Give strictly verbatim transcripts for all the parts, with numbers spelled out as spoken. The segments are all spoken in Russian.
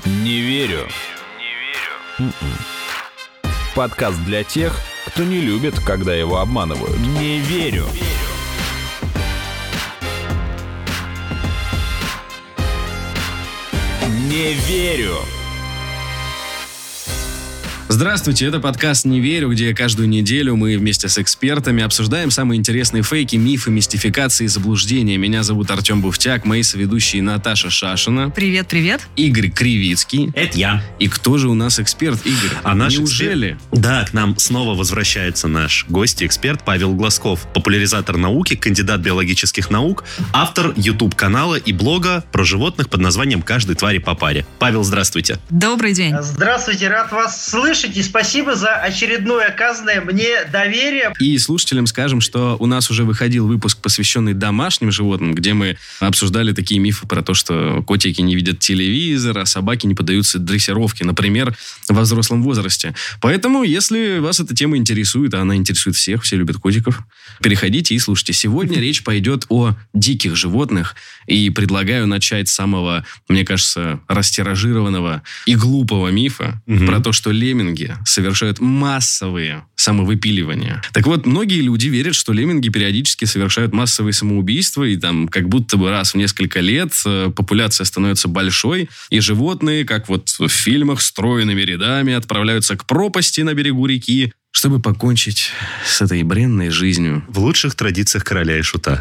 Не верю. Не верю. Подкаст для тех, кто не любит, когда его обманывают. Не верю. Не верю. Здравствуйте, это подкаст «Не верю», где каждую неделю мы вместе с экспертами обсуждаем самые интересные фейки, мифы, мистификации и заблуждения. Меня зовут Артем Буфтяк, мои соведущие Наташа Шашина. Привет, привет. Игорь Кривицкий. Это я. И кто же у нас эксперт, Игорь? А наш Неужели? Эксперт... Да, к нам снова возвращается наш гость и эксперт Павел Глазков, популяризатор науки, кандидат биологических наук, автор YouTube-канала и блога про животных под названием «Каждой твари по паре». Павел, здравствуйте. Добрый день. Здравствуйте, рад вас слышать. И спасибо за очередное оказанное мне доверие. И слушателям скажем, что у нас уже выходил выпуск, посвященный домашним животным, где мы обсуждали такие мифы про то, что котики не видят телевизор, а собаки не поддаются дрессировке, например, во взрослом возрасте. Поэтому, если вас эта тема интересует, а она интересует всех, все любят котиков, переходите и слушайте. Сегодня речь пойдет о диких животных, и предлагаю начать с самого, мне кажется, растиражированного и глупого мифа угу. про то, что лемминги совершают массовые самовыпиливания. Так вот, многие люди верят, что лемминги периодически совершают массовые самоубийства, и там как будто бы раз в несколько лет популяция становится большой, и животные, как вот в фильмах, стройными рядами отправляются к пропасти на берегу реки, чтобы покончить с этой бренной жизнью. В лучших традициях короля и шута.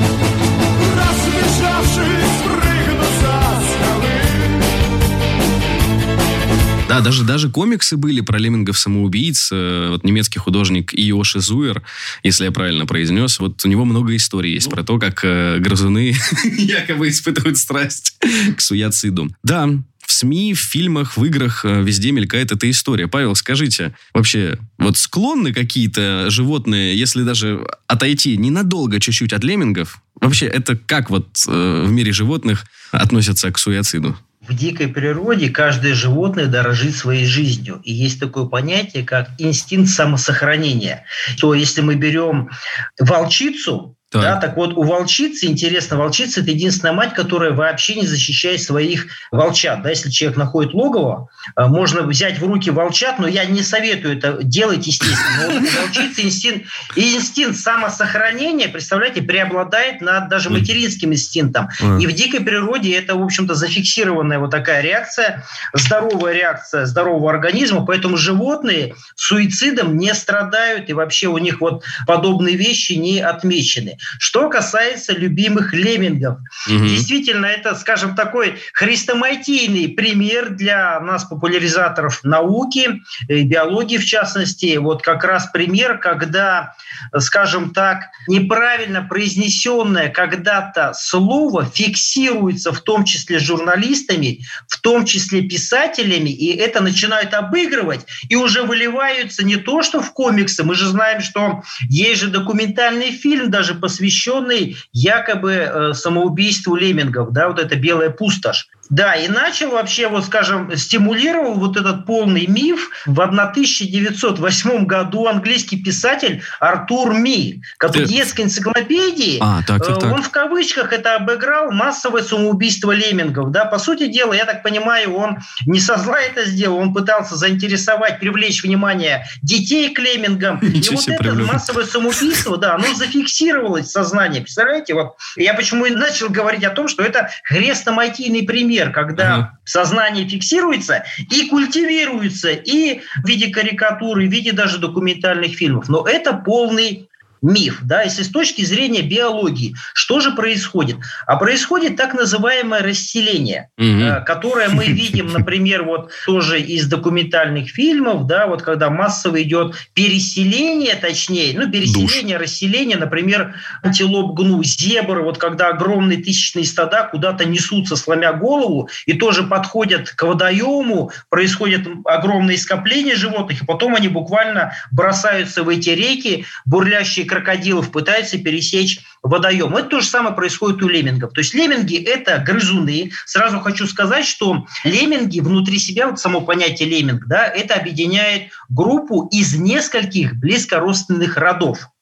Да, даже, даже комиксы были про леммингов-самоубийц. Вот немецкий художник Йоши Зуэр, если я правильно произнес, вот у него много историй есть про то, как э, грызуны якобы испытывают страсть к суициду. Да, в СМИ, в фильмах, в играх везде мелькает эта история. Павел, скажите, вообще, вот склонны какие-то животные, если даже отойти ненадолго чуть-чуть от леммингов, вообще это как вот э, в мире животных относятся к суициду? В дикой природе каждое животное дорожит своей жизнью. И есть такое понятие, как инстинкт самосохранения. То если мы берем волчицу, так. Да, так вот у волчицы, интересно, волчица – это единственная мать, которая вообще не защищает своих волчат. Да, если человек находит логово, можно взять в руки волчат, но я не советую это делать, естественно. Но вот у волчицы инстинкт, и инстинкт самосохранения, представляете, преобладает над даже материнским инстинктом. Mm. И в дикой природе это, в общем-то, зафиксированная вот такая реакция, здоровая реакция здорового организма, поэтому животные суицидом не страдают, и вообще у них вот подобные вещи не отмечены. Что касается любимых леммингов, угу. действительно, это, скажем, такой хрестоматийный пример для нас, популяризаторов науки, биологии в частности. Вот как раз пример, когда, скажем так, неправильно произнесенное когда-то слово фиксируется в том числе журналистами, в том числе писателями, и это начинают обыгрывать, и уже выливаются не то, что в комиксы. Мы же знаем, что есть же документальный фильм, даже посвященный якобы э, самоубийству леммингов, да, вот это «Белая пустошь». Да, и начал вообще, вот скажем, стимулировал вот этот полный миф в тысяча девятьсот восьмом году английский писатель Артур Ми, который в детской энциклопедии, а, так, так, так. он в кавычках это обыграл массовое самоубийство леммингов. Да, по сути дела, я так понимаю, он не со зла это сделал, он пытался заинтересовать, привлечь внимание детей к леммингам. И вот это привлек. массовое самоубийство, да, оно зафиксировалось в сознании. Представляете, вот я почему и начал говорить о том, что это хрестоматийный пример, когда ага. сознание фиксируется и культивируется и в виде карикатуры, в виде даже документальных фильмов. Но это полный миф, да, если с точки зрения биологии, что же происходит? А происходит так называемое расселение, mm-hmm. которое мы видим, например, вот тоже из документальных фильмов, да, вот когда массово идет переселение, точнее, ну, переселение, Душ. расселение, например, антилоп гну, зебр, вот когда огромные тысячные стада куда-то несутся, сломя голову, и тоже подходят к водоему, происходит огромное скопление животных, и потом они буквально бросаются в эти реки, бурлящие крокодилов, пытаются пересечь водоем. Это то же самое происходит у леммингов. То есть лемминги – это грызуны. Сразу хочу сказать, что лемминги внутри себя, вот само понятие лемминг, да, это объединяет группу из нескольких близкородственных родов.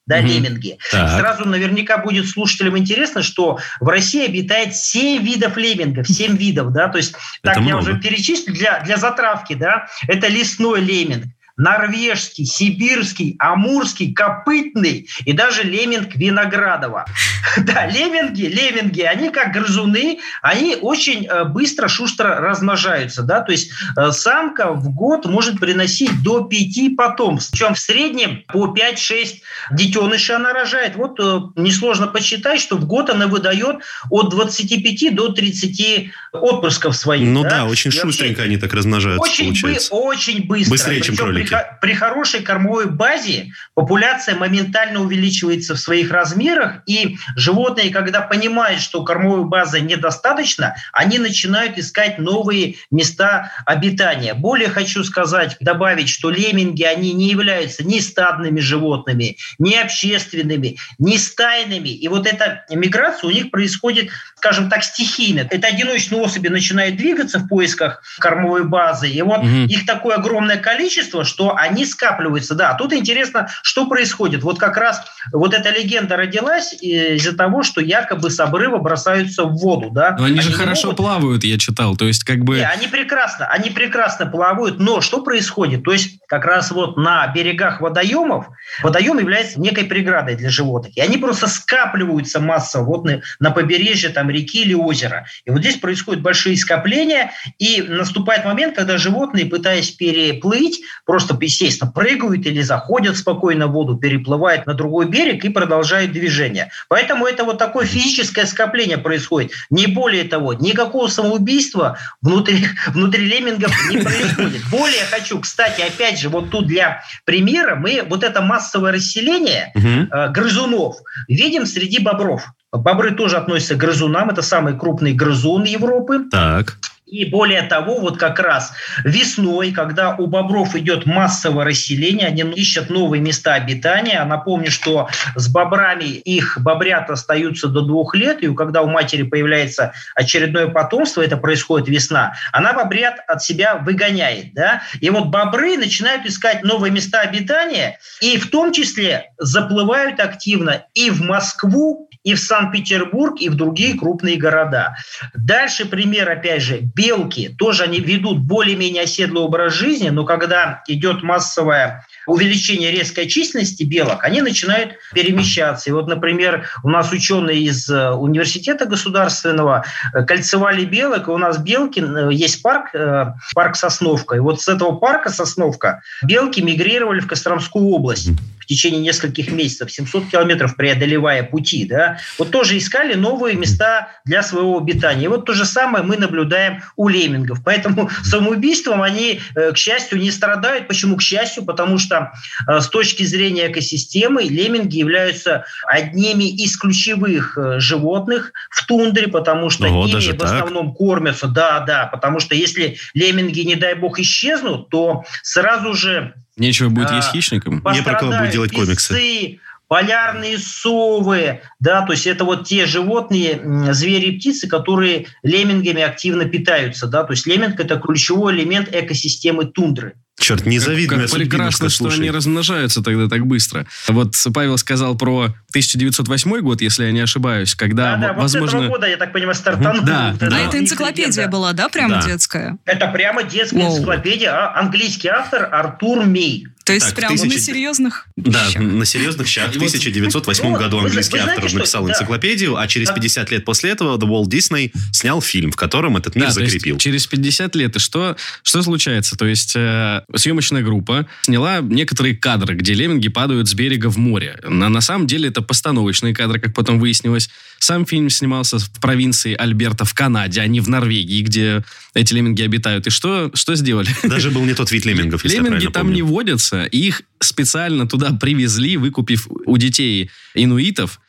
да, угу. лемминги. Так. Сразу наверняка будет слушателям интересно, что в России обитает семь видов леммингов, семь видов, да, то есть, так это я много. уже перечислю для, для затравки, да, это лесной лемминг, норвежский, сибирский, амурский, копытный и даже лемминг Виноградова. Да, лемминги, лемминги, они как грызуны, они очень быстро, шустро размножаются, да, то есть самка в год может приносить до пяти потомств, причем в среднем по пять-шесть детенышей она рожает. Вот несложно посчитать, что в год она выдает от двадцати пяти до тридцати отпрысков своих. Ну да, да, очень и шустренько вообще, они так размножаются, очень получается. Бы, очень быстро. Быстрее, Причем чем кролики. При, при хорошей кормовой базе популяция моментально увеличивается в своих размерах, и животные, когда понимают, что кормовой базы недостаточно, они начинают искать новые места обитания. Более хочу сказать, добавить, что лемминги, они не являются ни стадными животными, ни общественными, ни стайными. И вот эта миграция у них происходит, скажем так, стихийно. Это одиночные особи начинают двигаться в поисках кормовой базы, и вот угу. их такое огромное количество, что они скапливаются. Да, тут интересно, что происходит. Вот как раз вот эта легенда родилась из-за того, что якобы с обрыва бросаются в воду. Да? Но они, они же не хорошо могут... плавают, я читал. То есть как бы... Не, они прекрасно, они прекрасно плавают, но что происходит? То есть как раз вот на берегах водоемов, водоем является некой преградой для животных. И они просто скапливаются массово вот на, на побережье там, реки или озера. И вот здесь происходят большие скопления, и наступает момент, когда животные, пытаясь переплыть, просто, естественно, прыгают или заходят спокойно в воду, переплывают на другой берег и продолжают движение. Поэтому это вот такое физическое скопление происходит. Не более того, никакого самоубийства внутри, внутри леммингов не происходит. Более хочу, кстати, опять же, вот тут для примера мы вот это массовое расселение угу. э, грызунов видим среди бобров. Бобры тоже относятся к грызунам, это самый крупный грызун Европы. Так. И более того, вот как раз весной, когда у бобров идет массовое расселение, они ищут новые места обитания. Напомню, что с бобрами их бобрята остаются до двух лет, и когда у матери появляется очередное потомство, это происходит весна, она бобрят от себя выгоняет. Да? И вот бобры начинают искать новые места обитания, и в том числе заплывают активно и в Москву, и в Санкт-Петербург, и в другие крупные города. Дальше пример, опять же, белки. Тоже они ведут более-менее оседлый образ жизни, но когда идет массовое увеличение резкой численности белок, они начинают перемещаться. И вот, например, у нас ученые из университета государственного кольцевали белок, и у нас белки, есть парк, парк Сосновка. И вот с этого парка Сосновка белки мигрировали в Костромскую область в течение нескольких месяцев, семьсот километров преодолевая пути. Да? Вот тоже искали новые места для своего обитания. И вот то же самое мы наблюдаем у леммингов. Поэтому самоубийством они, к счастью, не страдают. Почему к счастью? Потому что с точки зрения экосистемы лемминги являются одними из ключевых животных в тундре, потому что Ого, ими в основном так? кормятся. Да, да, потому что если лемминги, не дай бог, исчезнут, то сразу же нечего будет есть хищникам. Не про кого будет делать комиксы. Песцы, полярные совы, да, то есть это вот те животные, звери и птицы, которые леммингами активно питаются, да, то есть лемминг – это ключевой элемент экосистемы тундры. Черт, не завидно. Как прекрасно, что они размножаются тогда так быстро. Вот Павел сказал про тысяча девятьсот восьмой год, если я не ошибаюсь, когда, да, да, возможно... вот с этого года, я так понимаю, стартанул. Да, вот да. А это энциклопедия легенда. Была, да, прямо да. детская? Это прямо детская Воу. энциклопедия, а английский автор Артур Мей. То есть так, прямо тысяча... на серьезных Да, щах. на серьезных щах. В тысяча девятьсот восьмом ну, году английский вы, вы автор написал что... энциклопедию, да. а через пятьдесят лет после этого Walt Disney снял фильм, в котором этот мир да, закрепил. То есть через пятьдесят лет. И что, что случается? То есть э, съемочная группа сняла некоторые кадры, где лемминги падают с берега в море. На, на самом деле это постановочные кадры, как потом выяснилось. Сам фильм снимался в провинции Альберта в Канаде, а не в Норвегии, где эти лемминги обитают. И что, что сделали? Даже был не тот вид леммингов, если лемминги я правильно там помню. не водятся, и их специально туда привезли, выкупив у детей инуитов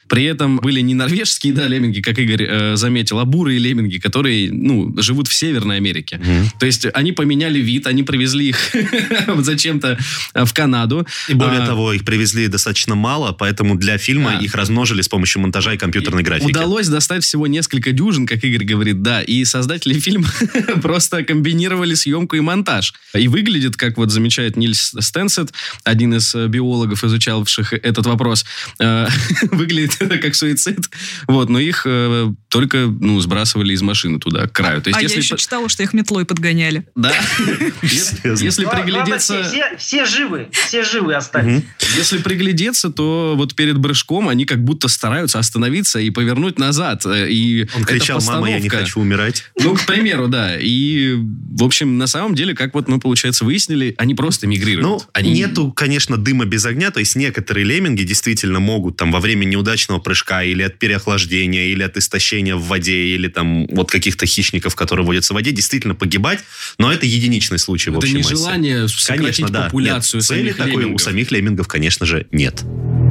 При этом были не норвежские, да, лемминги, как Игорь э, заметил, а бурые лемминги, которые, ну, живут в Северной Америке. Mm-hmm. То есть они поменяли вид, они привезли их зачем-то в Канаду. И более а, того, их привезли достаточно мало, поэтому для фильма а, их размножили с помощью монтажа и компьютерной графики. Удалось достать всего несколько дюжин, как Игорь говорит, да, и создатели фильма просто комбинировали съемку и монтаж. И выглядит, как вот замечает Нильс Стенсет, один из биологов, изучавших этот вопрос, выглядит это как суицид, вот, но их э, только, ну, сбрасывали из машины туда, к краю. То есть, а если я еще читала, что их метлой подгоняли. Да. Если приглядеться... Все живы, все живы остались. Если приглядеться, то вот перед прыжком они как будто стараются остановиться и повернуть назад. И он кричал: «Мама, я не хочу умирать». Ну, к примеру, да. И, в общем, на самом деле, как вот мы, получается, выяснили, они просто мигрируют. Ну, они... нету, конечно, дыма без огня. То есть некоторые лемминги действительно могут там во время неудачного прыжка или от переохлаждения, или от истощения в воде, или там вот каких-то хищников, которые водятся в воде, действительно погибать. Но это единичный случай в общем массе. Это не желание сократить конечно, да. популяцию нет, цели самих такой у самих леммингов, конечно же, нет.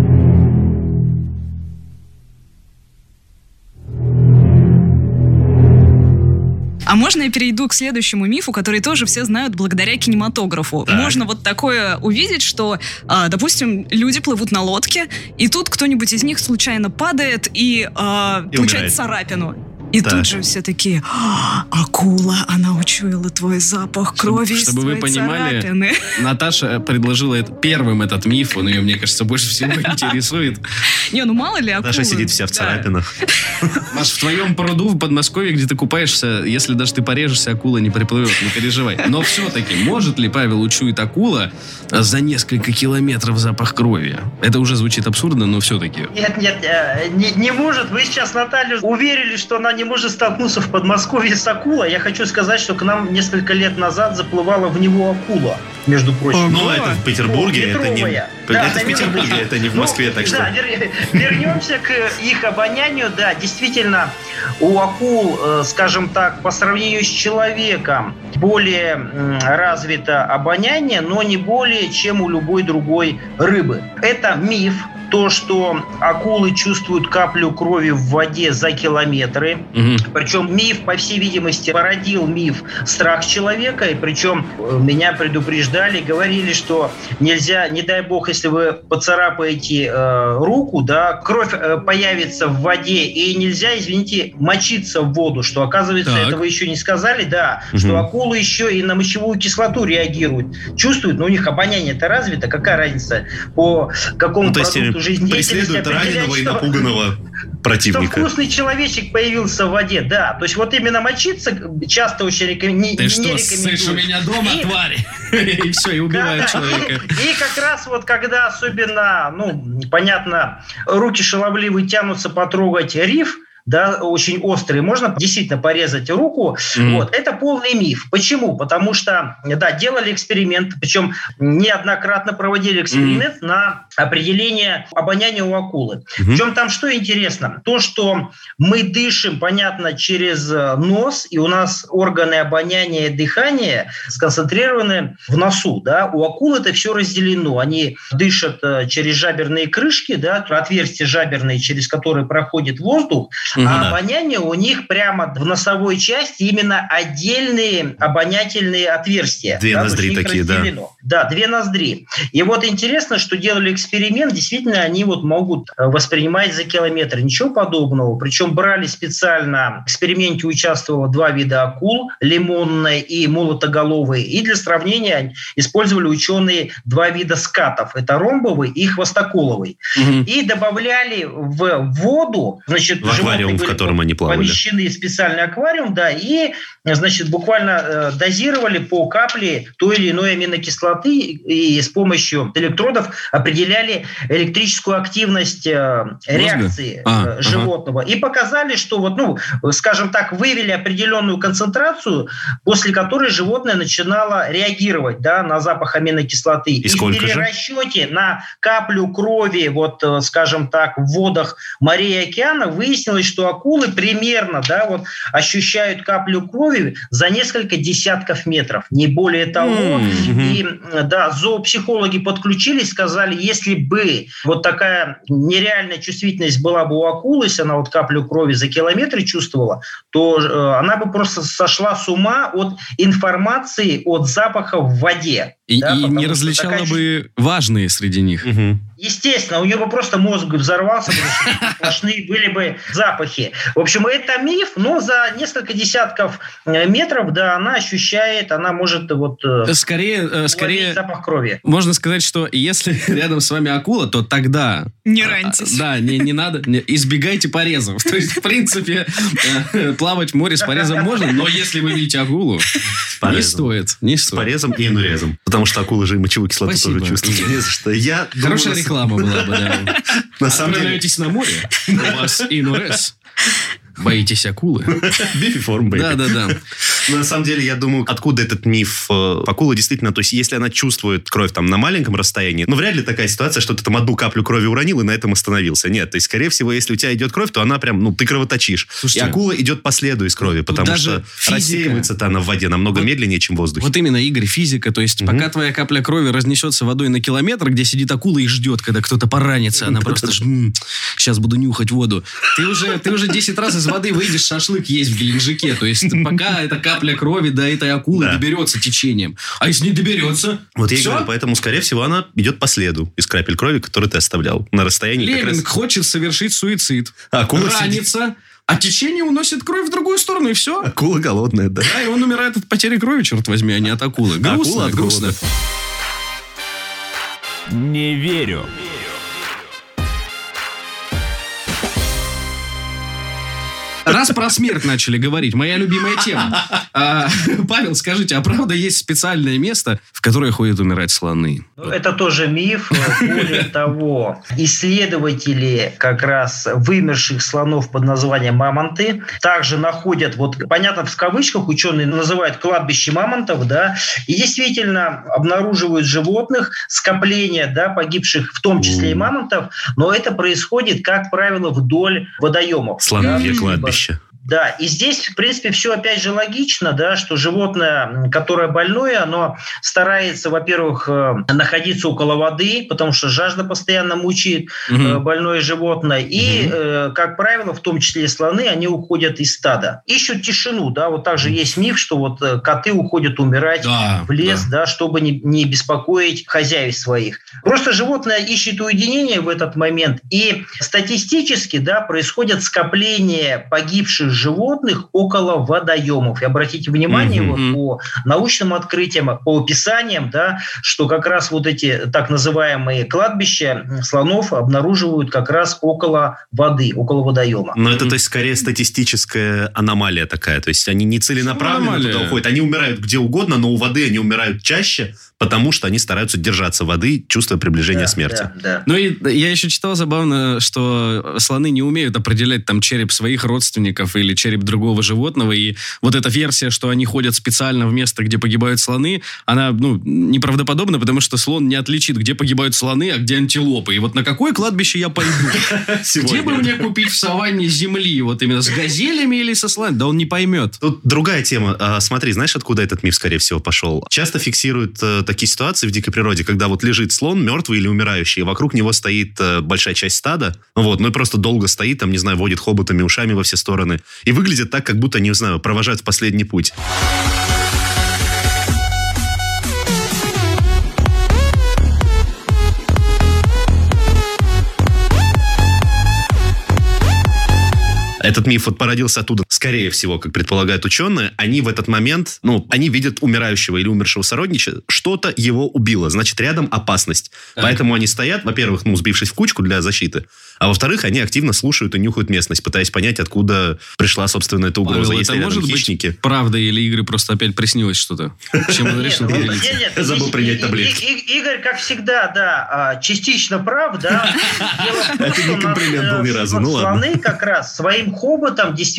А можно я перейду к следующему мифу, который тоже все знают благодаря кинематографу? Так. Можно вот такое увидеть, что, э, допустим, люди плывут на лодке, и тут кто-нибудь из них случайно падает и, э, и получает умирает. царапину. И да. тут же все такие: акула, она учуяла твой запах крови из Чтобы твоей вы понимали, царапины. Наташа предложила это, первым этот миф, он ее, мне кажется, больше всего интересует. Не, ну мало ли акулы. Наташа сидит вся в царапинах. Маш, в твоем пруду в Подмосковье, где ты купаешься, если даже ты порежешься, акула не приплывет, не переживай. Но все-таки, может ли Павел учуять акула за несколько километров запах крови? Это уже звучит абсурдно, но все-таки. Нет, нет, не, не может. Вы сейчас Наталью уверили, что она не может столкнуться в Подмосковье с акулой. Я хочу сказать, что к нам несколько лет назад заплывала в него акула, между прочим. Ну, это в Петербурге, это не... Да, это в Петербурге, это не в Москве, ну, так что... Да, вер... вернемся к их обонянию. Да, действительно, у акул, скажем так, по сравнению с человеком, более развито обоняние, но не более, чем у любой другой рыбы. Это миф. То, что акулы чувствуют каплю крови в воде за километры. Угу. Причем миф, по всей видимости, породил миф страх человека. И причем меня предупреждали, говорили, что нельзя, не дай бог, если вы поцарапаете э, руку, да, кровь э, появится в воде, и нельзя, извините, мочиться в воду, что, оказывается, так. этого еще не сказали, да, угу. что акулы еще и на мочевую кислоту реагируют. Чувствуют, но у них обоняние-то развито, какая разница по какому ну, продукту преследует раненого и напуганного противника. Что вкусный человечек появился в воде, да. То есть вот именно мочиться часто очень реком... не, Ты не что, рекомендуют. ссышь у меня дома, и... тварь? И все, и убивает человека. И как раз вот когда особенно, ну, понятно, руки шаловливые тянутся потрогать риф, да, очень острый, можно действительно порезать руку. Mm-hmm. Вот. Это полный миф. Почему? Потому что, да, делали эксперимент, причем неоднократно проводили эксперимент mm-hmm. на определение обоняния у акулы. Mm-hmm. Причем там что интересно? То, что мы дышим, понятно, через нос, и у нас органы обоняния и дыхания сконцентрированы в носу. Да? У акул это все разделено. Они дышат через жаберные крышки, да, отверстия жаберные, через которые проходит воздух, а да. обоняние у них прямо в носовой части именно отдельные обонятельные отверстия. Две да, ноздри такие, разделено. да. Да, две ноздри. И вот интересно, что делали эксперимент, действительно, они вот могут воспринимать за километр. Ничего подобного. Причем брали специально, в эксперименте участвовало два вида акул, лимонной и молотоголовой. И для сравнения использовали ученые два вида скатов. Это ромбовый и хвостоколовый. Угу. И добавляли в воду, значит, в аквариум, в котором они плавали. Помещены в специальный аквариум, да, и, значит, буквально э, дозировали по капле той или иной аминокислоты и с помощью электродов определяли электрическую активность э, реакции а, э, животного. Ага. И показали, что, вот, ну, скажем так, вывели определенную концентрацию, после которой животное начинало реагировать, да, на запах аминокислоты. И, и в перерасчете на каплю крови, вот, скажем так, в водах морей и океанов выяснилось, что что акулы примерно, да, вот ощущают каплю крови за несколько десятков метров, не более того. Mm-hmm. И да, зоопсихологи подключились, сказали, если бы вот такая нереальная чувствительность была бы у акулы, если она вот каплю крови за километры чувствовала, то э, она бы просто сошла с ума от информации, от запаха в воде. И, да, и не различала такая... бы важные среди них. Угу. Естественно, у нее бы просто мозг взорвался, потому что сплошные были бы запахи. В общем, это миф, но за несколько десятков метров, да, она ощущает, она может вот... Скорее, скорее запах крови. Можно сказать, что если рядом с вами акула, то тогда... Не раньтесь. Да, не, не надо, не, избегайте порезов. То есть, в принципе, плавать в море с порезом можно, но если вы видите акулу, не стоит. Не стоит. С порезом и инурезом. Потому что акулы же и мочевую кислоту Спасибо. тоже чувствуют. Не за что. Я Хорошая думаю, реклама была бы, да. На самом деле... Отправляетесь на море, у вас инурез. Боитесь акулы? Бифиформ, бэйби. Да, да, да. На самом деле, я думаю, откуда этот миф? Акула действительно, то есть, если она чувствует кровь там на маленьком расстоянии, ну, вряд ли такая ситуация, что ты там одну каплю крови уронил и на этом остановился. Нет, то есть, скорее всего, если у тебя идет кровь, то она прям, ну, ты кровоточишь. Слушайте, и акула идет по следу из крови, потому что физика... рассеивается-то она в воде намного вот, медленнее, чем в воздухе. Вот именно, Игорь, физика. То есть, угу. пока твоя капля крови разнесется водой на километр, где сидит акула и ждет, когда кто-то поранится, она просто сейчас буду нюхать воду. Ты уже, ты уже десять раз из воды выйдешь, шашлык есть в Геленджике. То есть, пока эта капля крови до этой акулы да. доберется течением. А если не доберется? Вот я и говорю, поэтому, скорее всего, она идет по следу из капель крови, которые ты оставлял на расстоянии. Лемминг как раз... хочет совершить суицид. А акула ранится, сидит. А течение уносит кровь в другую сторону, и все. Акула голодная, да. Да, и он умирает от потери крови, черт возьми, а не от акулы. Грустно, акула от грустно. Не верю. Раз про смерть начали говорить, моя любимая тема. А, Павел, скажите, а правда есть специальное место, в которое ходят умирать слоны? Это тоже миф. Более того, исследователи как раз вымерших слонов под названием мамонты также находят, вот понятно, в кавычках ученые называют кладбище мамонтов, да, и действительно обнаруживают животных, скопления, да, погибших, в том числе и мамонтов, но это происходит, как правило, вдоль водоемов. Слоновье да, кладбище. Да, и здесь, в принципе, все опять же логично, да, что животное, которое больное, оно старается, во-первых, находиться около воды, потому что жажда постоянно мучает угу. больное животное. И, угу. как правило, в том числе слоны, они уходят из стада. Ищут тишину, да, вот также есть миф, что вот коты уходят умирать да, в лес, да. Да, чтобы не, не беспокоить хозяев своих. Просто животное ищет уединение в этот момент, и статистически, да, происходит скопление погибших животных около водоемов. И обратите внимание mm-hmm. вот, по научным открытиям, по описаниям, да, что как раз вот эти так называемые кладбища слонов обнаруживают как раз около воды, около водоема. Но это, то есть, скорее статистическая аномалия такая. То есть они не целенаправленно аномалия. Туда уходят. Они умирают где угодно, но у воды они умирают чаще, потому что они стараются держаться воды, чувствуя приближение да, смерти. Да, да. Ну и я еще читал забавно, что слоны не умеют определять там череп своих родственников или череп другого животного, и вот эта версия, что они ходят специально в место, где погибают слоны, она, ну, неправдоподобна, потому что слон не отличит, где погибают слоны, а где антилопы. И вот на какое кладбище я пойду? Где бы мне купить в саванне земли? Вот именно с газелями или со слонами? Да он не поймет. Тут другая тема. Смотри, знаешь, откуда этот миф, скорее всего, пошел? Часто фиксируют такие ситуации в дикой природе, когда вот лежит слон мертвый или умирающий, и вокруг него стоит большая часть стада, вот, ну и просто долго стоит, там, не знаю, водит хоботами, ушами во все стороны. И выглядит так, как будто, не знаю, провожают в последний путь. Этот миф вот породился оттуда. Скорее всего, как предполагают ученые, они в этот момент, ну, они видят умирающего или умершего сородича, что-то его убило, значит, рядом опасность. Так. Поэтому они стоят, во-первых, ну, сбившись в кучку для защиты, а во-вторых, они активно слушают и нюхают местность, пытаясь понять, откуда пришла, собственно, эта угроза. Павел, если это может хищники. Быть правда или Игорь просто опять приснилось что-то? Чем он решил поделиться? Забыл принять таблетки. Игорь, как всегда, да, частично прав, да. Это не комплимент был ни разу, ну ладно. Слоны как раз своим хоботом действительно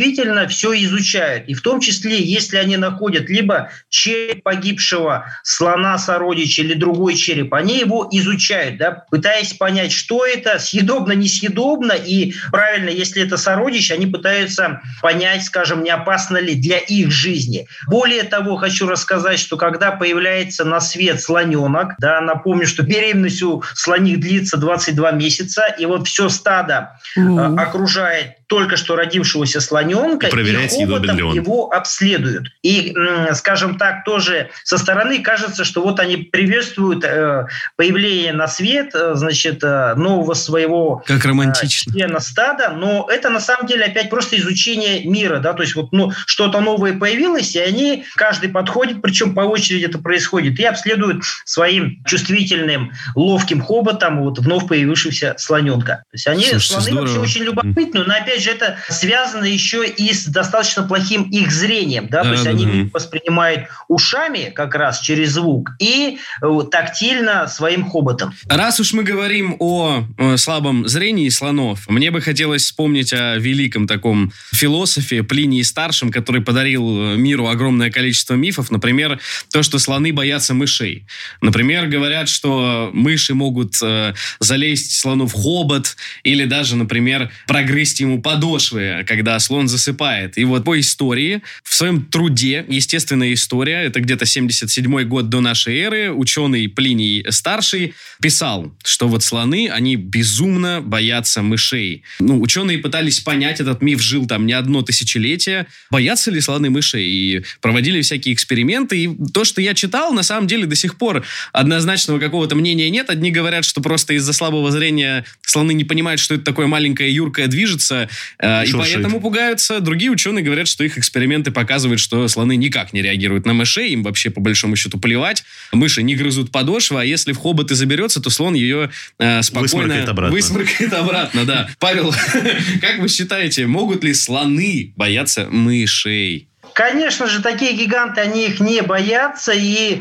все изучают. И в том числе, если они находят либо череп погибшего слона, сородича или другой череп, они его изучают, да, пытаясь понять, что это, съедобно, несъедобно, и правильно, если это сородич, они пытаются понять, скажем, не опасно ли для их жизни. Более того, хочу рассказать, что когда появляется на свет слоненок, да, напомню, что беременность у слоних длится двадцать два месяца, и вот все стадо mm-hmm. э, окружает только что родившегося слоненка, и, и хоботом его обследуют. И, скажем так, тоже со стороны кажется, что вот они приветствуют э, появление на свет, э, значит, э, нового своего как романтично. Э, члена стада, но это на самом деле опять просто изучение мира, да, то есть вот ну, что-то новое появилось, и они, каждый подходит, причем по очереди это происходит, и обследуют своим чувствительным, ловким хоботом вот вновь появившегося слоненка. То есть они, Слушайте, слоны здорово. Вообще очень любопытны, но опять же это связано еще и с достаточно плохим их зрением, да, да то есть да, они да. воспринимают ушами как раз через звук и тактильно своим хоботом. Раз уж мы говорим о, о слабом зрении слонов, мне бы хотелось вспомнить о великом таком философе Плинии Старшем, который подарил миру огромное количество мифов, например, то, что слоны боятся мышей. Например, говорят, что мыши могут э, залезть слону в хобот или даже, например, прогрызть ему подошвы, когда слон засыпает. И вот по истории, в своем труде «Естественная история», это где-то семьдесят седьмой год до нашей эры, ученый Плиний Старший писал, что вот слоны, они безумно боятся мышей. Ну, ученые пытались понять, этот миф жил там не одно тысячелетие, боятся ли слоны мышей, и проводили всякие эксперименты. И то, что я читал, на самом деле до сих пор однозначного какого-то мнения нет. Одни говорят, что просто из-за слабого зрения слоны не понимают, что это такое маленькое юркое движется, и Шуршит. Поэтому пугаются. Другие ученые говорят, что их эксперименты показывают, что слоны никак не реагируют на мышей, им вообще по большому счету плевать. Мыши не грызут подошву, а если в хобот и заберется, то слон ее э, спокойно высморкает обратно. Высморкает обратно, да. Павел, как вы считаете, могут ли слоны бояться мышей? Конечно же, такие гиганты, они их не боятся. И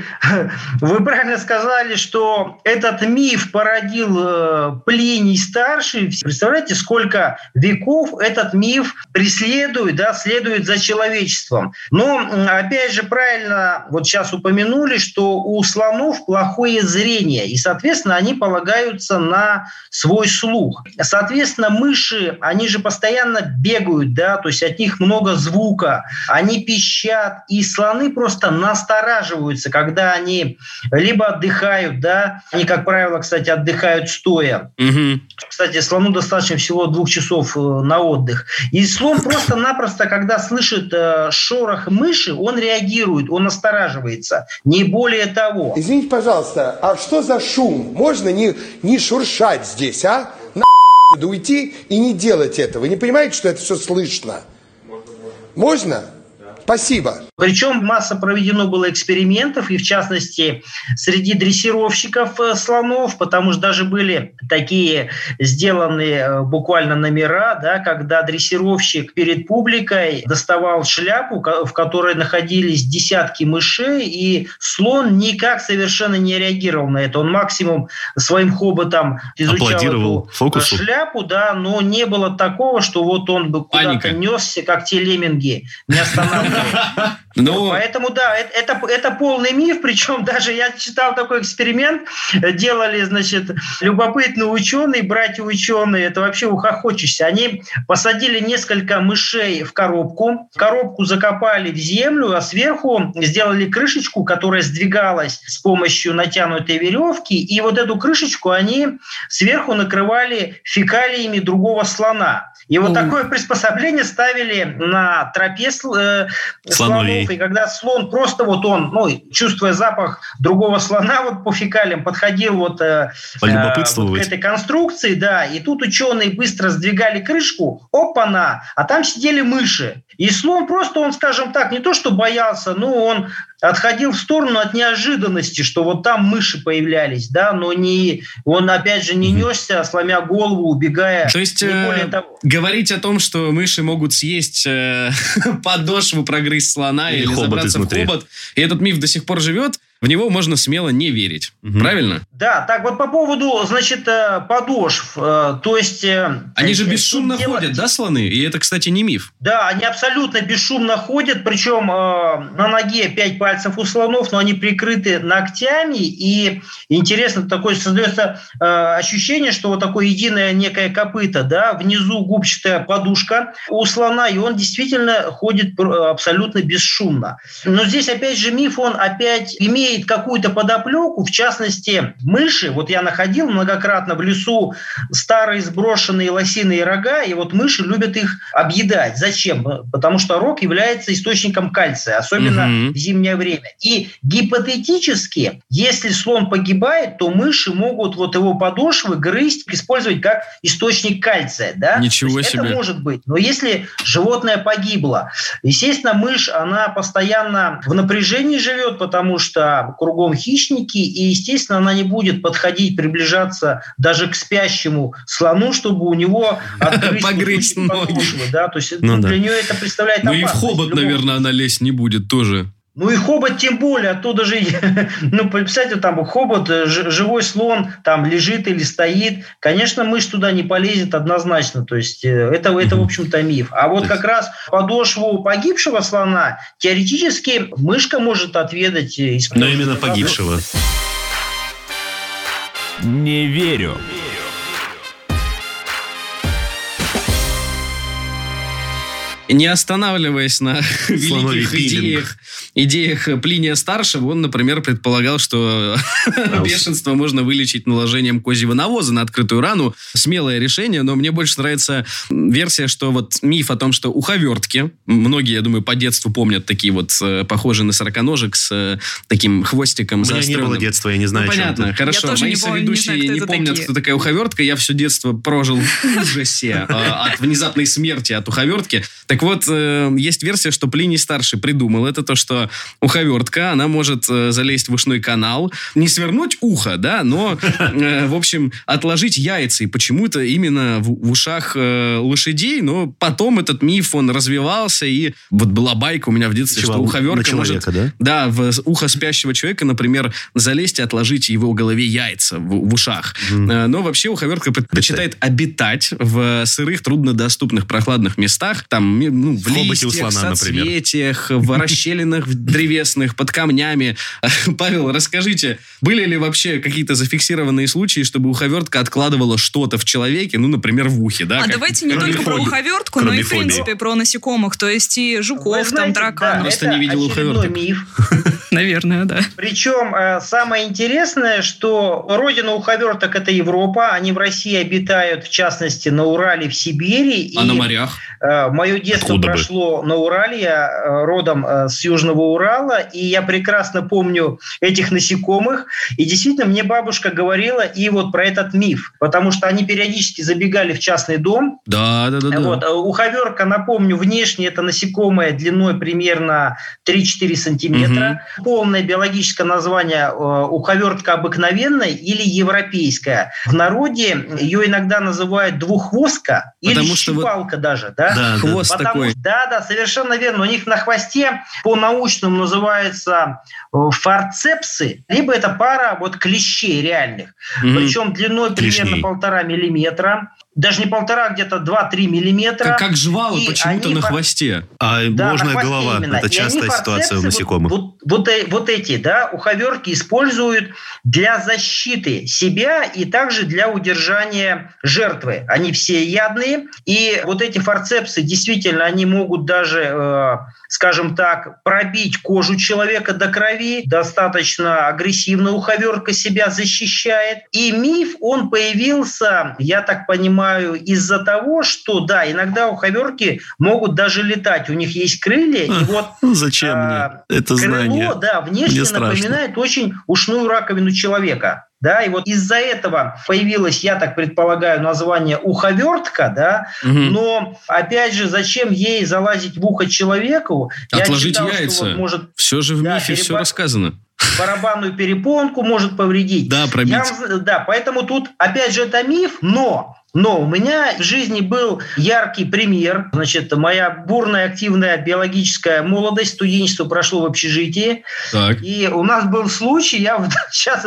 вы правильно сказали, что этот миф породил э, Плиний Старший. Представляете, сколько веков этот миф преследует, да, следует за человечеством. Но, опять же, правильно вот сейчас упомянули, что у слонов плохое зрение. И, соответственно, они полагаются на свой слух. Соответственно, мыши, они же постоянно бегают, да, то есть от них много звука. Они пищат, и слоны просто настораживаются, когда они либо отдыхают, да, они, как правило, кстати, отдыхают стоя. Угу. Кстати, слону достаточно всего двух часов на отдых. И слон просто-напросто, когда слышит э, шорох мыши, он реагирует, он настораживается. Не более того. Извините, пожалуйста, а что за шум? Можно не, не шуршать здесь, а? На сюда уйти и не делать этого. Вы не понимаете, что это все слышно? Можно? Спасибо. Причем масса проведено было экспериментов, и в частности среди дрессировщиков слонов, потому что даже были такие сделанные буквально номера, да, когда дрессировщик перед публикой доставал шляпу, в которой находились десятки мышей, и слон никак совершенно не реагировал на это. Он максимум своим хоботом изучал эту фокусу. Шляпу, да, но не было такого, что вот он бы куда-то несся, как те лемминги, не останавливаясь. Но... Поэтому, да, это, это, это полный миф, причем даже я читал такой эксперимент, делали, значит, любопытные ученые, братья-ученые, это вообще ухохочешься. Они посадили несколько мышей в коробку, коробку закопали в землю, а сверху сделали крышечку, которая сдвигалась с помощью натянутой веревки, и вот эту крышечку они сверху накрывали фекалиями другого слона. И вот mm. такое приспособление ставили на тропе э, слонов, и когда слон просто вот он, ну, чувствуя запах другого слона, вот по фекалиям подходил вот, э, э, вот к этой конструкции, да, и тут ученые быстро сдвигали крышку, опа-на, а там сидели мыши. И слон просто, он, скажем так, не то что боялся, но он отходил в сторону от неожиданности, что вот там мыши появлялись, да, но не, он опять же не несся, сломя голову, убегая. То есть э, говорить о том, что мыши могут съесть э, подошву, прогрызть слона или, или забраться в хобот, и этот миф до сих пор живет, в него можно смело не верить. Угу. Правильно? Да, так вот по поводу, значит, подошв, то есть... Они же бесшумно делать... ходят, да, слоны? И это, кстати, не миф. Да, они абсолютно бесшумно ходят, причем э, на ноге пять пальцев у слонов, но они прикрыты ногтями, и интересно, такое создается э, ощущение, что вот такое единое некое копыто, да, внизу губчатая подушка у слона, и он действительно ходит абсолютно бесшумно. Но здесь, опять же, миф, он опять имеет какую-то подоплеку, в частности, мыши. Вот я находил многократно в лесу старые сброшенные лосиные рога, и вот мыши любят их объедать. Зачем? Потому что рог является источником кальция, особенно угу. в зимнее время. И гипотетически, если слон погибает, то мыши могут вот его подошвы грызть, использовать как источник кальция. Да? Ничего себе. Это может быть. Но если животное погибло, естественно, мышь, она постоянно в напряжении живет, потому что кругом хищники, и, естественно, она не будет подходить, приближаться даже к спящему слону, чтобы у него погрызть ноги. Да? То есть ну, для да. нее это представляет ну опасность. Ну и в хобот, наверное, она лезть не будет тоже. Ну и хобот тем более, оттуда же, ну, представьте, там хобот, живой слон там лежит или стоит. Конечно, мышь туда не полезет однозначно, то есть это, это в общем-то, миф. А вот как раз подошву погибшего слона теоретически мышка может отведать. Но именно погибшего. Не верю. Не останавливаясь на великих идеях, идеях Плиния Старшего, он, например, предполагал, что бешенство можно вылечить наложением козьего навоза на открытую рану. Смелое решение, но мне больше нравится версия, что вот миф о том, что уховертки, многие, я думаю, по детству помнят такие вот похожие на сороконожек с таким хвостиком. У меня не было детства, я не знаю, ну, о чем понятно, это. хорошо. Мои не соведущие не, не помнят, такие. Кто такая уховертка. Я все детство прожил в ужасе от внезапной смерти от уховертки. Так вот, э, есть версия, что Плиний Старший придумал это, то, что уховертка, она может э, залезть в ушной канал, не свернуть ухо, да, но, э, в общем, отложить яйца. И почему-то именно в, в ушах э, лошадей, но потом этот миф, он развивался, и вот была байка у меня в детстве, Чего? Что уховертка человека, может... Да? Да, в ухо спящего человека, например, залезть и отложить его в голове яйца в, в ушах. Mm. Э, но вообще уховертка предпочитает обитать в сырых, труднодоступных, прохладных местах, там, ну, в, в листьях, слона, соцветиях, например. В расщелинах древесных, под камнями. Павел, расскажите, были ли вообще какие-то зафиксированные случаи, чтобы уховертка откладывала что-то в человеке, ну, например, в ухе, да? А как... давайте не только про уховертку, но и, в принципе, про насекомых, то есть и жуков, там, тараканов. Да, просто не видел уховерток. Миф. Наверное, да. Причем самое интересное, что родина уховерток – это Европа, они в России обитают, в частности, на Урале, в Сибири. А и на морях? Мое детство Откуда прошло бы? на Урале, я родом с Южного Урала, и я прекрасно помню этих насекомых, и действительно мне бабушка говорила и вот про этот миф, потому что они периодически забегали в частный дом. Да, да, да. Вот. да. Уховертка, напомню, внешне это насекомое длиной примерно три-четыре сантиметра. Угу. Полное биологическое название уховертка обыкновенная или европейская. В народе ее иногда называют двуххвостка или щипалка вот... даже, да? Да, хвост Потому, такой. Да, да, совершенно верно. У них на хвосте по-научному называются форцепсы, либо это пара вот клещей реальных. Mm-hmm. Причем длиной Клешней. примерно полтора миллиметра. Даже не полтора, где-то два-три миллиметра. Как, как жвалы почему-то на фор... хвосте. А да, ложная голова. Именно. Это и частая ситуация у насекомых. Вот, вот, вот, вот эти, да, уховертки используют для защиты себя и также для удержания жертвы. Они все ядные. И вот эти форцепсы, действительно, они могут даже, э, скажем так, пробить кожу человека до крови. Достаточно агрессивно уховертка себя защищает. И миф, он появился, я так понимаю, из-за того, что, да, иногда уховертки могут даже летать. У них есть крылья. И вот, зачем а, мне это крыло, знание? Да, внешне напоминает очень ушную раковину человека. Да, и вот из-за этого появилось, я так предполагаю, название уховертка, да, угу. Но, опять же, зачем ей залазить в ухо человеку? Отложить я читал, яйца. Вот может, все же в да, мифе переба... все рассказано. Барабанную перепонку может повредить. Да, пробить. Я, да, поэтому тут, опять же, это миф, но... Но у меня в жизни был яркий пример. Значит, моя бурная, активная биологическая молодость, студенчество прошло в общежитии. Так. И у нас был случай, я вот сейчас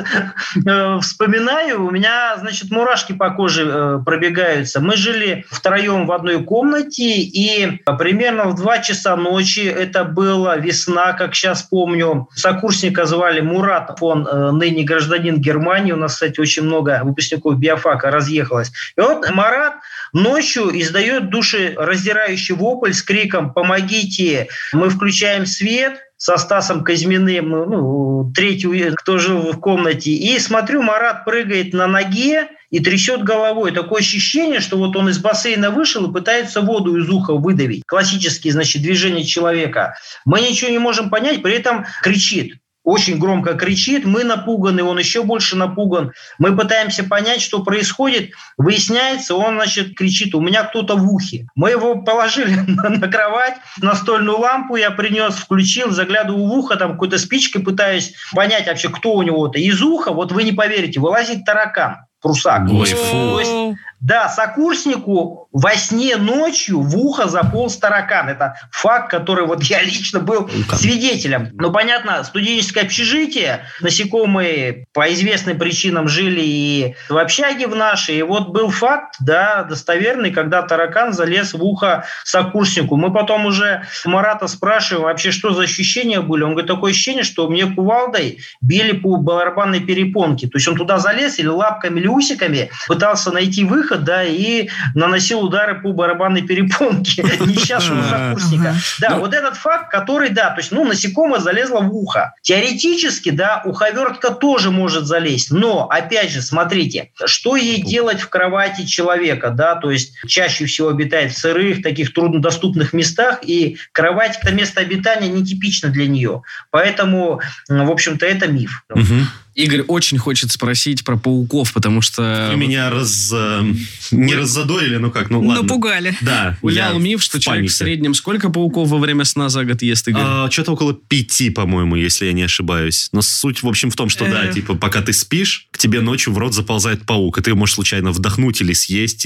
э, вспоминаю, у меня, значит, мурашки по коже э, пробегаются. Мы жили втроем в одной комнате, и примерно в два часа ночи, это была весна, как сейчас помню, сокурсника звали Мурат, он э, ныне гражданин Германии, у нас, кстати, очень много выпускников биофака разъехалось. И вот Марат ночью издает душераздирающий вопль с криком «Помогите!». Мы включаем свет со Стасом Казьминым, ну, третий, кто жил в комнате, и смотрю, Марат прыгает на ноге и трясет головой. Такое ощущение, что вот он из бассейна вышел и пытается воду из уха выдавить. Классические, значит, движения человека. Мы ничего не можем понять, при этом кричит. Очень громко кричит, мы напуганы, он еще больше напуган. Мы пытаемся понять, что происходит. Выясняется, он, значит, кричит, у меня кто-то в ухе. Мы его положили на, на кровать, настольную лампу я принес, включил, заглядываю в ухо, там какой-то спичкой пытаюсь понять вообще, кто у него-то. Из уха, вот вы не поверите, вылазит таракан. Прусак. Ой, фу. То есть, да, сокурснику во сне ночью в ухо заполз таракан. Это факт, который вот я лично был свидетелем. Ну, понятно, студенческое общежитие, насекомые по известным причинам жили и в общаге в нашей. И вот был факт, да, достоверный, когда таракан залез в ухо сокурснику. Мы потом уже Марата спрашиваем, вообще, что за ощущения были. Он говорит, такое ощущение, что мне кувалдой били по барабанной перепонке. То есть он туда залез или лапками, или усиками пытался найти выход, да, и наносил удары по барабанной перепонке несчастного сокурсника. Да, вот этот факт, который, да, то есть, ну, насекомое залезло в ухо. Теоретически, да, уховертка тоже может залезть, но, опять же, смотрите, что ей делать в кровати человека, да, то есть чаще всего обитает в сырых, таких труднодоступных местах, и кровать – это место обитания нетипично для нее. Поэтому, в общем-то, это миф. Угу. Игорь очень хочет спросить про пауков, потому что... Вы меня раз, э, не раззадорили, ну как, ну ладно. Напугали. Да. Гулял миф, что человек в среднем сколько пауков во время сна за год ест, Игорь? А, что-то около пяти, по-моему, если я не ошибаюсь. Но суть, в общем, в том, что, да, типа, пока ты спишь, к тебе ночью в рот заползает паук, и ты можешь случайно вдохнуть или съесть,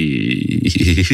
и...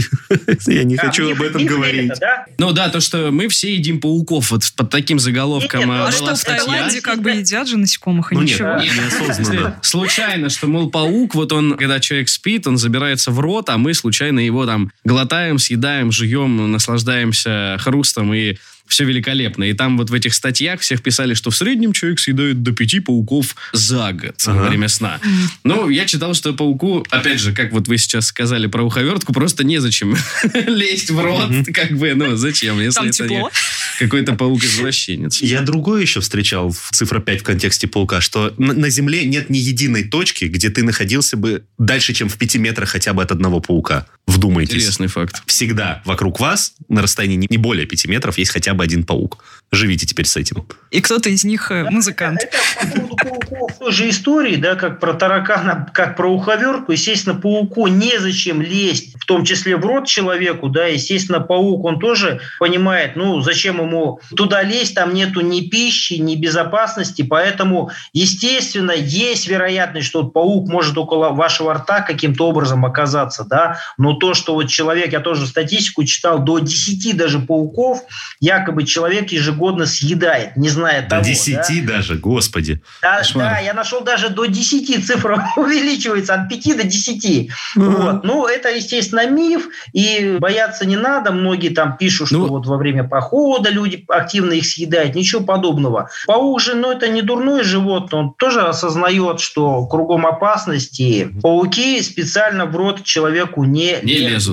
Я не хочу об этом говорить. Ну да, то, что мы все едим пауков, вот под таким заголовком. А что, в Таиланде как бы едят же насекомых, и ничего. Неосознанно. Случайно, что, мол, паук, вот он, когда человек спит, он забирается в рот, а мы случайно его там глотаем, съедаем, жуем, наслаждаемся хрустом, и все великолепно. И там вот в этих статьях всех писали, что в среднем человек съедает до пяти пауков за год ага. во время сна. Ну, я читал, что пауку, опять же, как вот вы сейчас сказали про уховертку, просто незачем лезть в рот, как бы, ну, зачем, если это не какой-то паук-извращенец. Я другое еще встречал, в цифра пять в контексте паука, что на Земле нет ни единой точки, где ты находился бы дальше, чем в пяти метрах хотя бы от одного паука. Вдумайтесь. Интересный факт. Всегда вокруг вас, на расстоянии не более пяти метров, есть хотя бы один паук. Живите теперь с этим. И кто-то из них музыкант. Это по поводу пауков той же истории, да, как про таракана, как про уховертку. Естественно, пауку незачем лезть, в том числе в рот человеку, да, естественно, паук, он тоже понимает, ну, зачем ему туда лезть, там нету ни пищи, ни безопасности, поэтому, естественно, есть вероятность, что паук может около вашего рта каким-то образом оказаться, да, но то, что вот человек, я тоже статистику читал, до десяти даже пауков якобы человек ежегодно съедает, не зная того. До десяти да? даже, господи. Да, да, я нашел даже до десяти, цифра увеличивается от пяти до десяти. Mm-hmm. Вот. Ну, это, естественно, миф, и бояться не надо. Многие там пишут, что ну... вот во время похода люди активно их съедают, ничего подобного. Паук же, ну, это не дурное животное, он тоже осознает, что кругом опасности. Пауки специально в рот человеку не, не лезут.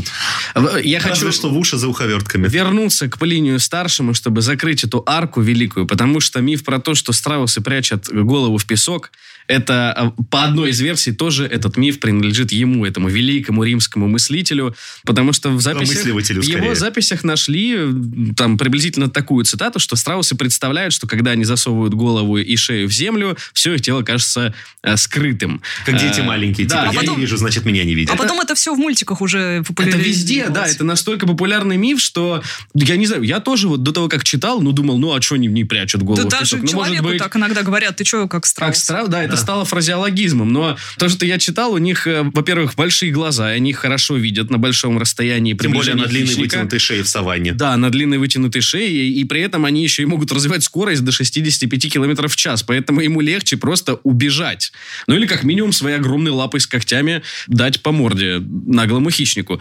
Я Разве хочу, что в уши за уховертками. Вернуться к Плинию Старшему, чтобы закрыть эту арку великую, потому что миф про то, что страусы прячут голову в песок, это по одной из версий тоже этот миф принадлежит ему, этому великому римскому мыслителю, мыслителю, потому что в записях, в его записях нашли там приблизительно такую цитату, что страусы представляют, что когда они засовывают голову и шею в землю, все их тело кажется э, скрытым. Как дети маленькие, да, типа, а я потом, не вижу, значит, меня не видят. А это, потом это все в мультиках уже популяризировалось. Это везде, да, это настолько популярный миф, что, я не знаю, я тоже вот до того, как читал, ну, думал, ну, а что они не прячут голову? Да даже ну, человеку может быть, так иногда говорят, ты что, как страус? Как страус, да, это да. стало фразеологизмом, но то, что я читал, у них, во-первых, большие глаза, они хорошо видят на большом расстоянии. Тем более на длинной вытянутой шее в саванне. Да, на длинной вытянутой шее, и при этом они еще и могут развивать скорость до шестьдесят пять километров в час, поэтому ему легче просто убежать. Ну или как минимум своей огромной лапой с когтями дать по морде наглому хищнику.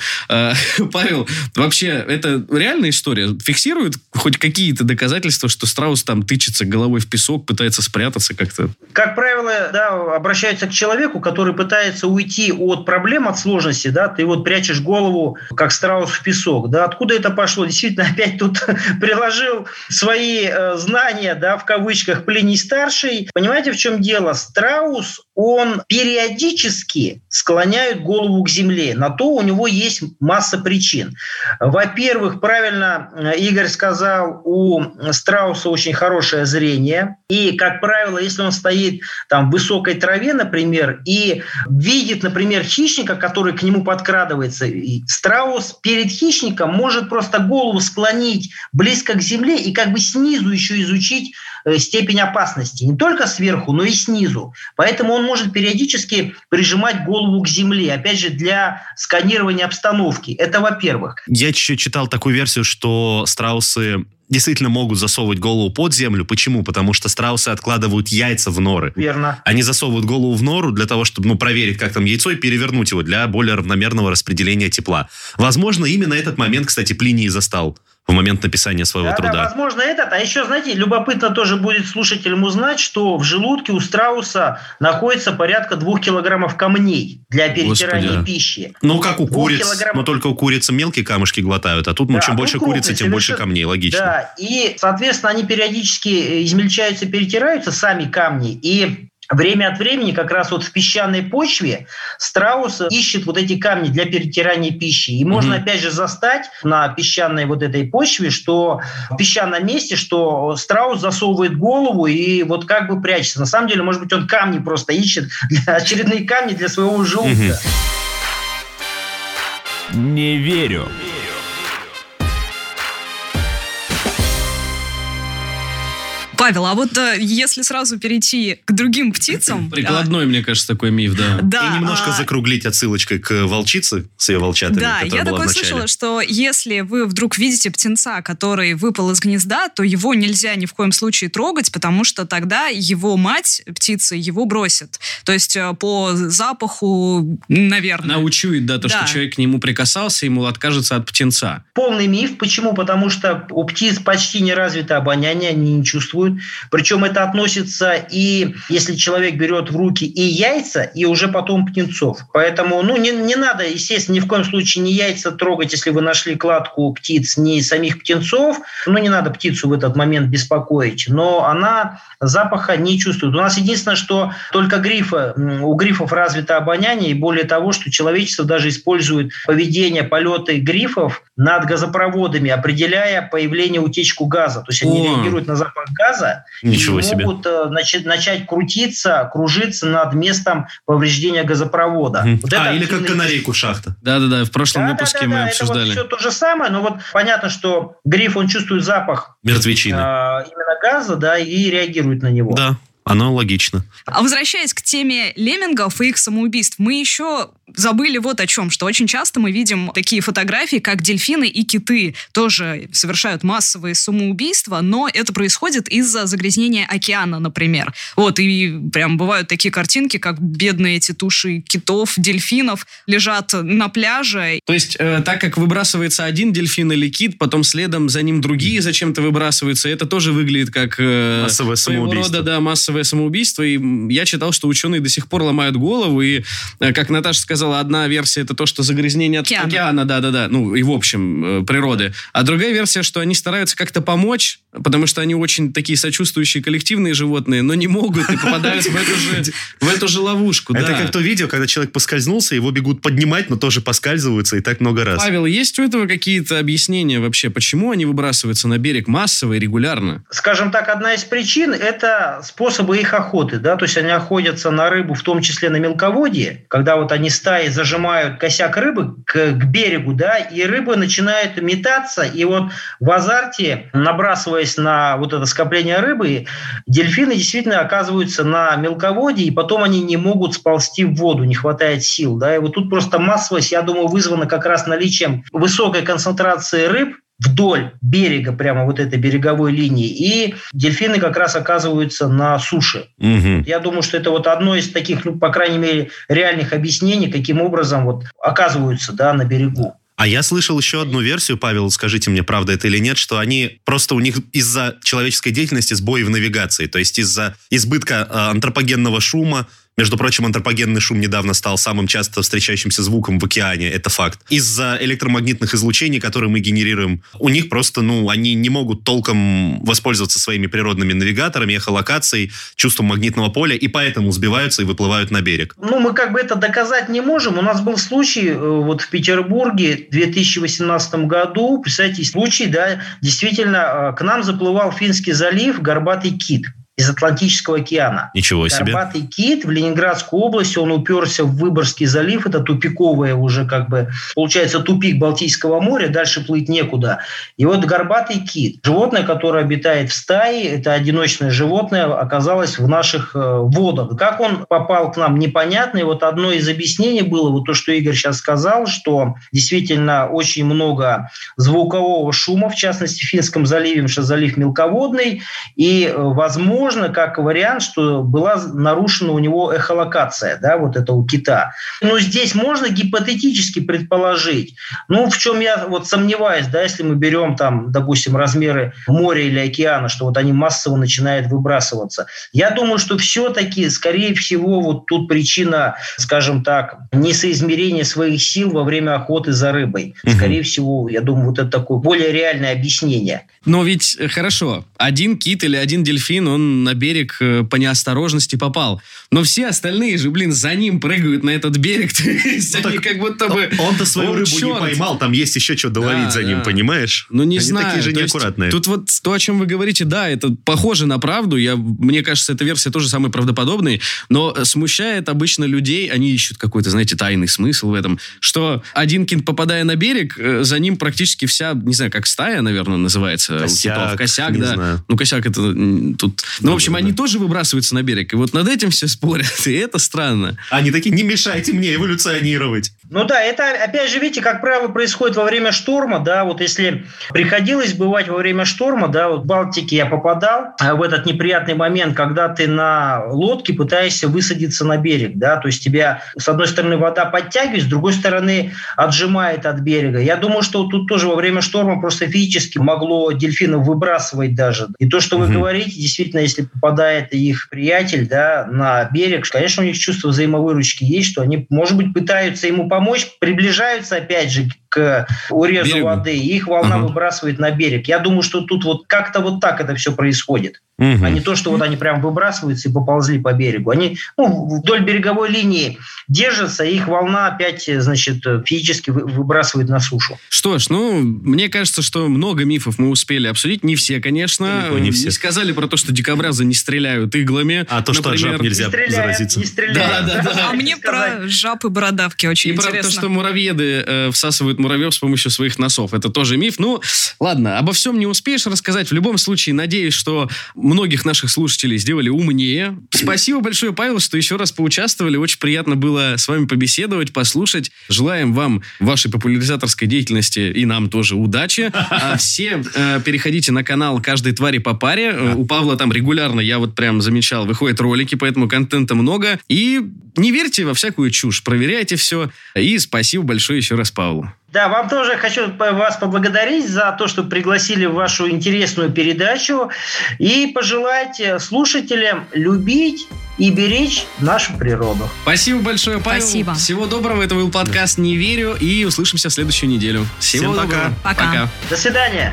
Павел, вообще, это реальная история? Фиксирует хоть какие-то доказательства, что страус там тычется головой в песок, пытается спрятаться как-то? Как правило, да, обращаются к человеку, который пытается уйти от проблем, от сложности, да, ты вот прячешь голову, как страус в песок, да, откуда это пошло? Действительно, опять тут приложил свои э, знания, да, в кавычках, Плиний-старший. Понимаете, в чем дело? Страус, он периодически склоняет голову к земле. На то у него есть масса причин. Во-первых, правильно Игорь сказал, у страуса очень хорошее зрение. И, как правило, если он стоит там в высокой траве, например, и видит, например, хищника, который к нему подкрадывается, страус перед хищником может просто голову склонить близко к земле и как бы снизу еще изучить степень опасности. Не только сверху, но и снизу. Поэтому он может периодически прижимать голову к земле. Опять же, для сканирования обстановки. Это во-первых. Я еще читал такую версию, что страусы действительно могут засовывать голову под землю. Почему? Потому что страусы откладывают яйца в норы. Верно. Они засовывают голову в нору для того, чтобы ну, проверить, как там яйцо, и перевернуть его для более равномерного распределения тепла. Возможно, именно этот момент, кстати, Плиний застал в момент написания своего да, труда. Да, возможно, этот. А еще, знаете, любопытно тоже будет слушателям узнать, что в желудке у страуса находится порядка двух килограммов камней для перетирания Господи. пищи. Ну, как у куриц. Килограмм... Но только у курицы мелкие камушки глотают, а тут, ну, да, чем больше крупные, курицы, тем совершенно... больше камней. Логично. Да, и, соответственно, они периодически измельчаются, перетираются, сами камни, и время от времени как раз вот в песчаной почве страус ищет вот эти камни для перетирания пищи. И можно, mm-hmm. опять же, застать на песчаной вот этой почве, что в песчаном месте, что страус засовывает голову и вот как бы прячется. На самом деле, может быть, он камни просто ищет, для, очередные камни для своего желудка. Mm-hmm. Не верю. Павел, а вот если сразу перейти к другим птицам... Прикладной, а... мне кажется, такой миф, да. да И немножко а... закруглить отсылочкой к волчице с ее волчатами, да, которая я была такое в начале. слышала, что если вы вдруг видите птенца, который выпал из гнезда, то его нельзя ни в коем случае трогать, потому что тогда его мать, птицы, его бросит. То есть по запаху, наверное. Она учует, да, то, да. что человек к нему прикасался, ему откажется от птенца. Полный миф. Почему? Потому что у птиц почти не развито обоняние, они не чувствуют. Причем это относится и если человек берет в руки и яйца, и уже потом птенцов. Поэтому ну, не, не надо, естественно, ни в коем случае не яйца трогать, если вы нашли кладку птиц, ни самих птенцов. Ну, не надо птицу в этот момент беспокоить. Но она запаха не чувствует. У нас единственное, что только грифы, у грифов развито обоняние, и более того, что человечество даже использует поведение, полеты грифов над газопроводами, определяя появление, утечку газа. То есть они О. реагируют на запах газа, Ничего и себе. могут э, начать, начать крутиться, кружиться над местом повреждения газопровода. Mm. Вот а, это или как канарейку в шахтах. Да-да-да, в прошлом да, выпуске да, да, мы да, обсуждали. Это вот все то же самое, но вот понятно, что гриф, он чувствует запах мертвечины. Э, именно газа, да, и реагирует на него. Да. Оно логично. А возвращаясь к теме леммингов и их самоубийств, мы еще забыли вот о чем, что очень часто мы видим такие фотографии, как дельфины и киты тоже совершают массовые самоубийства, но это происходит из-за загрязнения океана, например. Вот, и прям бывают такие картинки, как бедные эти туши китов, дельфинов лежат на пляже. То есть, э, так как выбрасывается один дельфин или кит, потом следом за ним другие зачем-то выбрасываются, это тоже выглядит как э, массовое самоубийство. Рода, да, массовое самоубийство, и я читал, что ученые до сих пор ломают голову, и, как Наташа сказала, сказала, одна версия это то, что загрязнение от океана, океана да-да-да, ну и в общем природы. А другая версия, что они стараются как-то помочь, потому что они очень такие сочувствующие коллективные животные, но не могут и попадают в эту же, в эту же ловушку. Это да. как то видео, когда человек поскользнулся, его бегут поднимать, но тоже поскальзываются, и так много раз. Павел, есть у этого какие-то объяснения вообще, почему они выбрасываются на берег массово и регулярно? Скажем так, одна из причин – это способы их охоты, да, то есть они охотятся на рыбу, в том числе на мелководье, когда вот они стаи зажимают косяк рыбы к, к берегу, да, и рыбы начинают метаться, и вот в азарте, набрасываясь на вот это скопление рыбы, дельфины действительно оказываются на мелководье, и потом они не могут сползти в воду, не хватает сил, да, и вот тут просто массовость, я думаю, вызвана как раз наличием высокой концентрации рыб вдоль берега, прямо вот этой береговой линии, и дельфины как раз оказываются на суше. Угу. Я думаю, что это вот одно из таких, ну, по крайней мере, реальных объяснений, каким образом вот оказываются, да, на берегу. А я слышал еще одну версию, Павел, скажите мне, правда это или нет, что они просто у них из-за человеческой деятельности сбои в навигации, то есть из-за избытка э, антропогенного шума. Между прочим, антропогенный шум недавно стал самым часто встречающимся звуком в океане, это факт. Из-за электромагнитных излучений, которые мы генерируем, у них просто, ну, они не могут толком воспользоваться своими природными навигаторами, эхолокацией, чувством магнитного поля, и поэтому сбиваются и выплывают на берег. Ну, мы как бы это доказать не можем. У нас был случай вот в Петербурге в две тысячи восемнадцатом году, представьте, случай, да, действительно, к нам заплывал Финский залив, горбатый кит из Атлантического океана. Ничего себе. Горбатый кит в Ленинградской области, он уперся в Выборгский залив, это тупиковое уже как бы, получается, тупик Балтийского моря, дальше плыть некуда. И вот горбатый кит, животное, которое обитает в стае, это одиночное животное, оказалось в наших водах. Как он попал к нам, непонятно. И вот одно из объяснений было, вот то, что Игорь сейчас сказал, что действительно очень много звукового шума, в частности, в Финском заливе, потому что залив мелководный, и, возможно, Возможно, как вариант, что была нарушена у него эхолокация, да, вот это у кита. Но здесь можно гипотетически предположить, ну, в чем я вот сомневаюсь, да, если мы берем там, допустим, размеры моря или океана, что вот они массово начинают выбрасываться. Я думаю, что все-таки, скорее всего, вот тут причина, скажем так, несоизмерения своих сил во время охоты за рыбой. Скорее угу. всего, я думаю, вот это такое более реальное объяснение. Но ведь, хорошо, один кит или один дельфин, он на берег по неосторожности попал. Но все остальные же, блин, за ним прыгают на этот берег. То есть ну, они как будто бы... Он-то свою рыбу черт. не поймал, там есть еще что доловить да, за ним, да. понимаешь? Ну, не они знаю. такие же то неаккуратные. Тут вот то, о чем вы говорите, да, это похоже на правду. Я, мне кажется, эта версия тоже самая правдоподобная. Но смущает обычно людей, они ищут какой-то, знаете, тайный смысл в этом, что один кит, попадая на берег, за ним практически вся, не знаю, как стая, наверное, называется. Косяк, у китов. Косяк, да. Знаю. Ну, косяк это тут... Ну, в общем, да, они да. тоже выбрасываются на берег. И вот над этим все спорят. И это странно. Они такие, не мешайте мне эволюционировать. Ну да, это, опять же, видите, как правило, происходит во время шторма, да, вот если приходилось бывать во время шторма, да, вот в Балтике я попадал в этот неприятный момент, когда ты на лодке пытаешься высадиться на берег, да, то есть тебя, с одной стороны, вода подтягивает, с другой стороны, отжимает от берега. Я думаю, что тут тоже во время шторма просто физически могло дельфинов выбрасывать даже. И то, что вы mm-hmm. говорите, действительно, если попадает их приятель, да, на берег, конечно, у них чувство взаимовыручки есть, что они, может быть, пытаются ему помочь, приближаются, опять же, к урезу берегу. Воды, и их волна uh-huh. выбрасывает на берег. Я думаю, что тут вот как-то вот так это все происходит. Uh-huh. А не то, что вот они прям выбрасываются и поползли по берегу. Они ну, вдоль береговой линии держатся, и их волна опять, значит, физически выбрасывает на сушу. Что ж, ну, мне кажется, что много мифов мы успели обсудить. Не все, конечно. Далеко не все. Не сказали про то, что дикобразы не стреляют иглами. А то, что например. от жаб нельзя не стреляют, заразиться. Не стреляют. Да, да, да. А мне про жаб и бородавки очень и интересно. И про то, что муравьеды э, всасывают муравьев с помощью своих носов. Это тоже миф. Ну, ладно, обо всем не успеешь рассказать. В любом случае, надеюсь, что многих наших слушателей сделали умнее. Спасибо большое, Павел, что еще раз поучаствовали. Очень приятно было с вами побеседовать, послушать. Желаем вам в вашей популяризаторской деятельности и нам тоже удачи. А все э, переходите на канал «Каждой твари по паре». У Павла там регулярно, я вот прям замечал, выходят ролики, поэтому контента много. И не верьте во всякую чушь. Проверяйте все. И спасибо большое еще раз Павлу. Да, вам тоже хочу вас поблагодарить за то, что пригласили в вашу интересную передачу и пожелать слушателям любить и беречь нашу природу. Спасибо большое, Павел. Спасибо. Всего доброго. Это был подкаст «Не верю». И услышимся в следующую неделю. Всего Всем доброго. Пока. Пока. До свидания.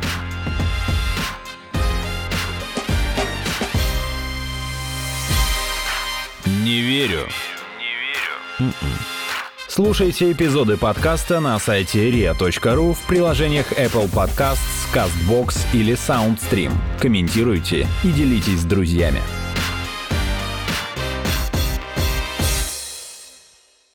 Не верю. Не верю. Слушайте эпизоды подкаста на сайте риа точка ру, в приложениях Apple Podcasts, CastBox или SoundStream. Комментируйте и делитесь с друзьями.